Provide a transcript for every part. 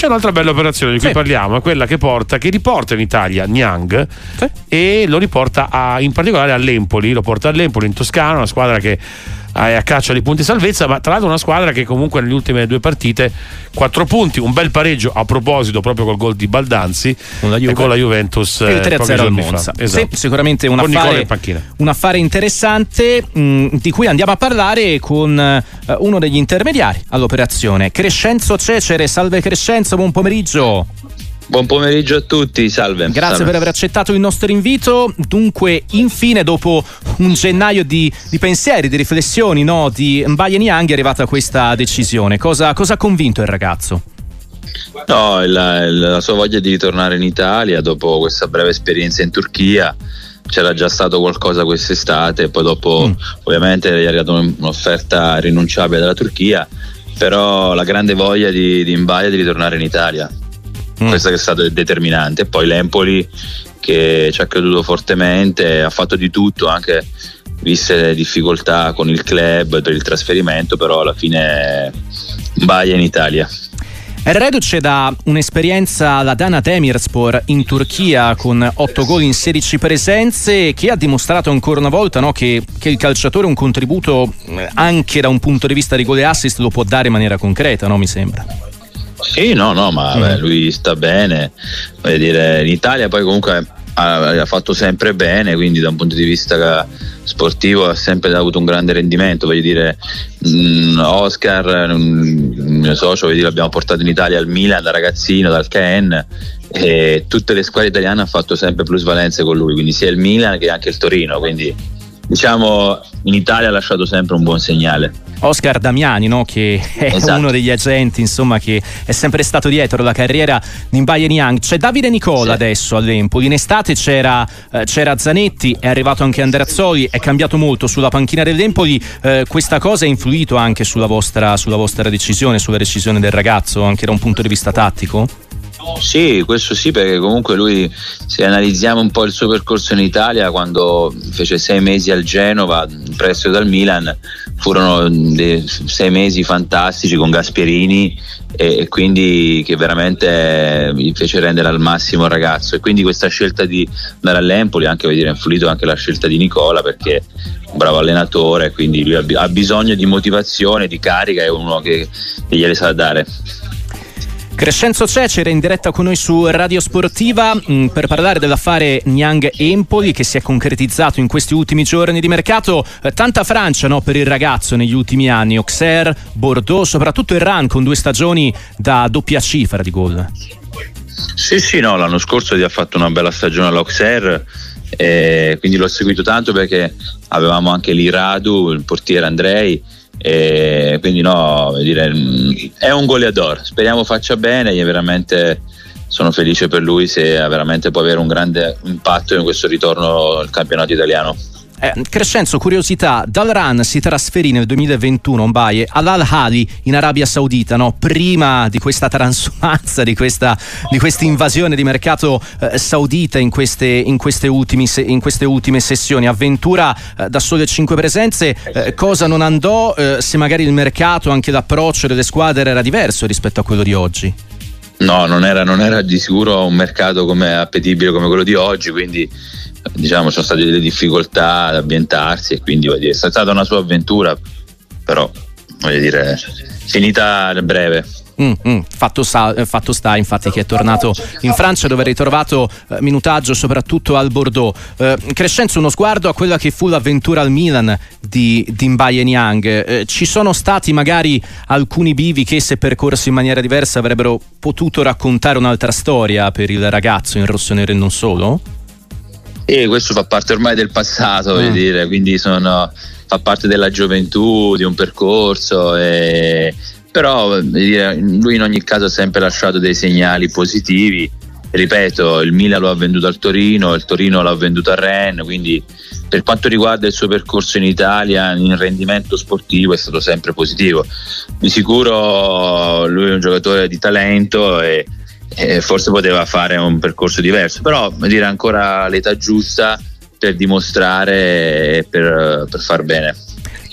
c'è un'altra bella operazione di cui parliamo, è quella che riporta in Italia Niang e lo riporta in particolare all'Empoli, lo porta all'Empoli in Toscana, una squadra che è a caccia di punti salvezza, ma tra l'altro una squadra che comunque nelle ultime 2 partite 4 punti, un bel pareggio a proposito proprio col gol di Baldanzi con la Juventus il 3-0 al Monza. Esatto. Sì, sicuramente un affare interessante di cui andiamo a parlare con uno degli intermediari all'operazione, Crescenzo Cecere. Salve Crescenzo, buon pomeriggio. Buon pomeriggio a tutti, salve. Grazie per aver accettato il nostro invito. Dunque, infine, dopo un gennaio di pensieri, di riflessioni, di M'Baye Niang, è arrivata questa decisione. Cosa ha convinto il ragazzo? No, la sua voglia di ritornare in Italia dopo questa breve esperienza in Turchia. C'era già stato qualcosa quest'estate, poi dopo ovviamente gli è arrivata un'offerta irrinunciabile dalla Turchia, però la grande voglia di M'Baye di ritornare in Italia. Questo che è stato determinante. E poi l'Empoli che ci ha creduto fortemente, ha fatto di tutto, anche viste le difficoltà con il club per il trasferimento, però alla fine M'Baye in Italia. È reduce da un'esperienza alla Adana Demirspor in Turchia con 8 gol in 16 presenze, che ha dimostrato ancora una volta che il calciatore un contributo anche da un punto di vista di gol e assist lo può dare in maniera concreta, mi sembra. Sì, ma lui sta bene, voglio dire, in Italia poi comunque ha fatto sempre bene, quindi da un punto di vista sportivo ha sempre avuto un grande rendimento, voglio dire, Oscar, il mio socio, l'abbiamo portato in Italia al Milan da ragazzino, dal Caen, e tutte le squadre italiane hanno fatto sempre plusvalenze con lui, quindi sia il Milan che anche il Torino, quindi diciamo in Italia ha lasciato sempre un buon segnale. Oscar Damiani, che è uno degli agenti, insomma, che è sempre stato dietro la carriera di M'Baye Niang. C'è Davide Nicola adesso all'Empoli. In estate c'era Zanetti, è arrivato anche Andreazzoli, è cambiato molto sulla panchina dell'Empoli. Questa cosa ha influito anche sulla vostra decisione, sulla decisione del ragazzo, anche da un punto di vista tattico? Sì, questo sì, perché comunque lui, se analizziamo un po' il suo percorso in Italia, quando fece 6 mesi al Genova, in prestito dal Milan, furono 6 mesi fantastici con Gasperini, e quindi che veramente gli fece rendere al massimo il ragazzo, e quindi questa scelta di andare all'Empoli anche, ha influito anche la scelta di Nicola, perché è un bravo allenatore, quindi lui ha bisogno di motivazione, di carica, è uno che gliele sa dare. Crescenzo Cecere in diretta con noi su Radio Sportiva per parlare dell'affare Niang Empoli, che si è concretizzato in questi ultimi giorni di mercato. Tanta Francia per il ragazzo negli ultimi anni, Auxerre, Bordeaux, soprattutto il Rennes con 2 stagioni da doppia cifra di gol. Sì, l'anno scorso ha fatto una bella stagione all'Auxerre, quindi l'ho seguito tanto perché avevamo anche lì Radu, il portiere Andrei, e quindi è un goleador, speriamo faccia bene, e veramente sono felice per lui se veramente può avere un grande impatto in questo ritorno al campionato italiano. Crescenzo, curiosità, dal Rennes si trasferì nel 2021 M'Baye all'Al-Ahly in Arabia Saudita, prima di questa transumanza, di questa invasione di mercato saudita in queste ultime sessioni. Avventura da sole 5 presenze, cosa non andò, se magari il mercato, anche l'approccio delle squadre era diverso rispetto a quello di oggi? No, non era di sicuro un mercato appetibile come quello di oggi, quindi diciamo sono state delle difficoltà ad ambientarsi, e quindi è stata una sua avventura, però finita breve. Fatto sta infatti che è tornato in Francia, dove ha ritrovato minutaggio soprattutto al Bordeaux. Crescenzo, uno sguardo a quella che fu l'avventura al Milan di M'Baye Niang. Ci sono stati magari alcuni bivi che, se percorsi in maniera diversa, avrebbero potuto raccontare un'altra storia per il ragazzo in rossonero e non solo? E questo fa parte ormai del passato, quindi fa parte della gioventù, di un percorso, però lui in ogni caso ha sempre lasciato dei segnali positivi. Ripeto, il Milan lo ha venduto al Torino, il Torino l'ha venduto al Rennes, quindi per quanto riguarda il suo percorso in Italia, in rendimento sportivo è stato sempre positivo. Di sicuro lui è un giocatore di talento e forse poteva fare un percorso diverso, però ancora l'età giusta per dimostrare e per far bene.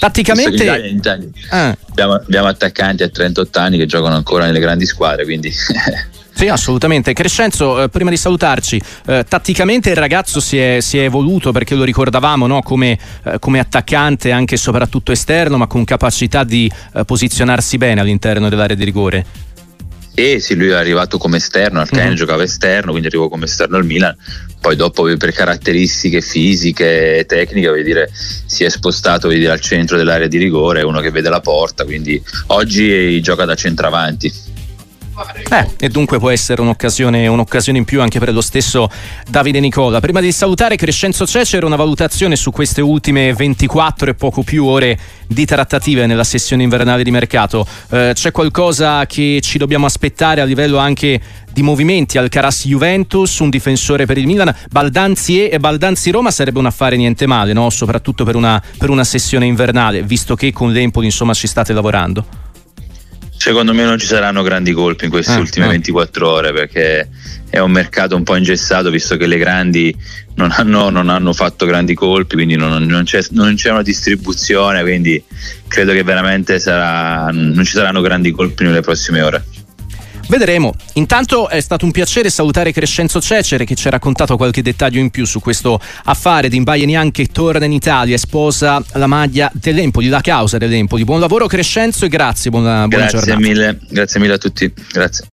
Tatticamente in Italia abbiamo attaccanti a 38 anni che giocano ancora nelle grandi squadre, quindi sì, assolutamente. Crescenzo, prima di salutarci, tatticamente il ragazzo si è evoluto, perché lo ricordavamo, no? come attaccante anche e soprattutto esterno, ma con capacità di posizionarsi bene all'interno dell'area di rigore. Sì, lui è arrivato come esterno, al Caen giocava esterno, quindi arrivò come esterno al Milan, poi dopo per caratteristiche fisiche e tecniche, vuol dire, si è spostato, vuol dire, al centro dell'area di rigore, è uno che vede la porta, quindi oggi gioca da centravanti. E dunque può essere un'occasione in più anche per lo stesso Davide Nicola. Prima di salutare Crescenzo Cecere, una valutazione su queste ultime 24 e poco più ore di trattative nella sessione invernale di mercato. C'è qualcosa che ci dobbiamo aspettare a livello anche di movimenti? Alcaraz Juventus, un difensore per il Milan, Baldanzi e Baldanzi Roma sarebbe un affare niente male, no? Soprattutto per una sessione invernale, visto che con l'Empoli insomma ci state lavorando. Secondo me non ci saranno grandi colpi in queste ultime 24 ore, perché è un mercato un po' ingessato, visto che le grandi non hanno fatto grandi colpi, quindi non c'è una distribuzione, quindi credo che veramente non ci saranno grandi colpi nelle prossime ore. Vedremo. Intanto è stato un piacere salutare Crescenzo Cecere, che ci ha raccontato qualche dettaglio in più su questo affare di M'Baye Niang, che torna in Italia e sposa la maglia dell'Empoli, la causa dell'Empoli. Buon lavoro Crescenzo e grazie, buona giornata. Grazie mille a tutti. Grazie.